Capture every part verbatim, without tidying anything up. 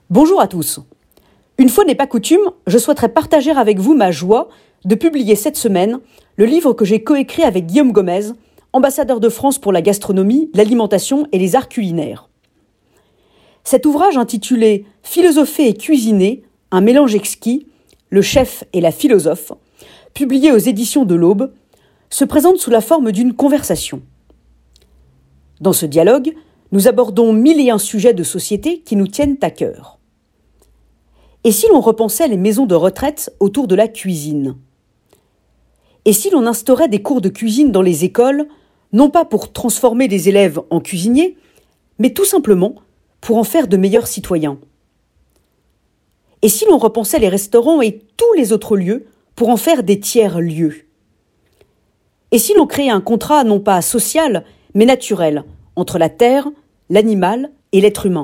Bonjour à tous. Une fois n'est pas coutume, je souhaiterais partager avec vous ma joie de publier cette semaine le livre que j'ai coécrit avec Guillaume Gomez, ambassadeur de France pour la gastronomie, l'alimentation et les arts culinaires. Cet ouvrage intitulé « Philosopher et cuisiner, un mélange exquis, le chef et la philosophe », publié aux éditions de l'Aube, se présente sous la forme d'une conversation. Dans ce dialogue, nous abordons mille et un sujets de société qui nous tiennent à cœur. Et si l'on repensait les maisons de retraite autour de la cuisine ? Et si l'on instaurait des cours de cuisine dans les écoles, non pas pour transformer les élèves en cuisiniers, mais tout simplement pour en faire de meilleurs citoyens ? Et si l'on repensait les restaurants et tous les autres lieux pour en faire des tiers-lieux ? Et si l'on créait un contrat non pas social, mais naturel, entre la terre, l'animal et l'être humain ?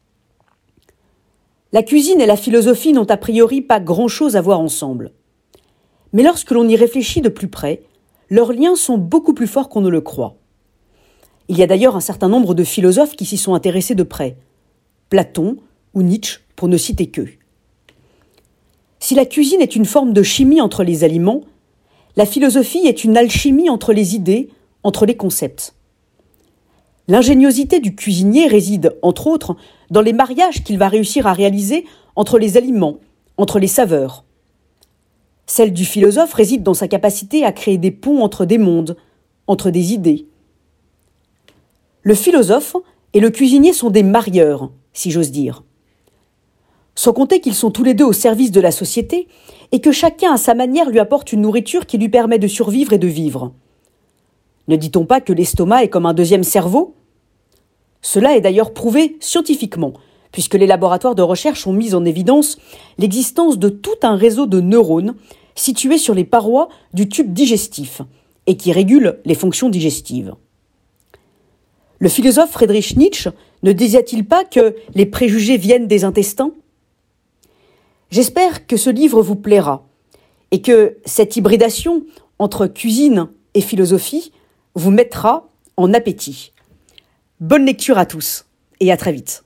La cuisine et la philosophie n'ont a priori pas grand-chose à voir ensemble. Mais lorsque l'on y réfléchit de plus près, leurs liens sont beaucoup plus forts qu'on ne le croit. Il y a d'ailleurs un certain nombre de philosophes qui s'y sont intéressés de près. Platon ou Nietzsche, pour ne citer qu'eux. Si la cuisine est une forme de chimie entre les aliments, la philosophie est une alchimie entre les idées, entre les concepts. L'ingéniosité du cuisinier réside, entre autres, dans les mariages qu'il va réussir à réaliser entre les aliments, entre les saveurs. Celle du philosophe réside dans sa capacité à créer des ponts entre des mondes, entre des idées. Le philosophe et le cuisinier sont des marieurs, si j'ose dire. Sans compter qu'ils sont tous les deux au service de la société et que chacun à sa manière lui apporte une nourriture qui lui permet de survivre et de vivre. Ne dit-on pas que l'estomac est comme un deuxième cerveau ? Cela est d'ailleurs prouvé scientifiquement, puisque les laboratoires de recherche ont mis en évidence l'existence de tout un réseau de neurones situés sur les parois du tube digestif et qui régulent les fonctions digestives. Le philosophe Friedrich Nietzsche ne disait-il pas que les préjugés viennent des intestins ? J'espère que ce livre vous plaira et que cette hybridation entre cuisine et philosophie vous mettra en appétit. Bonne lecture à tous et à très vite.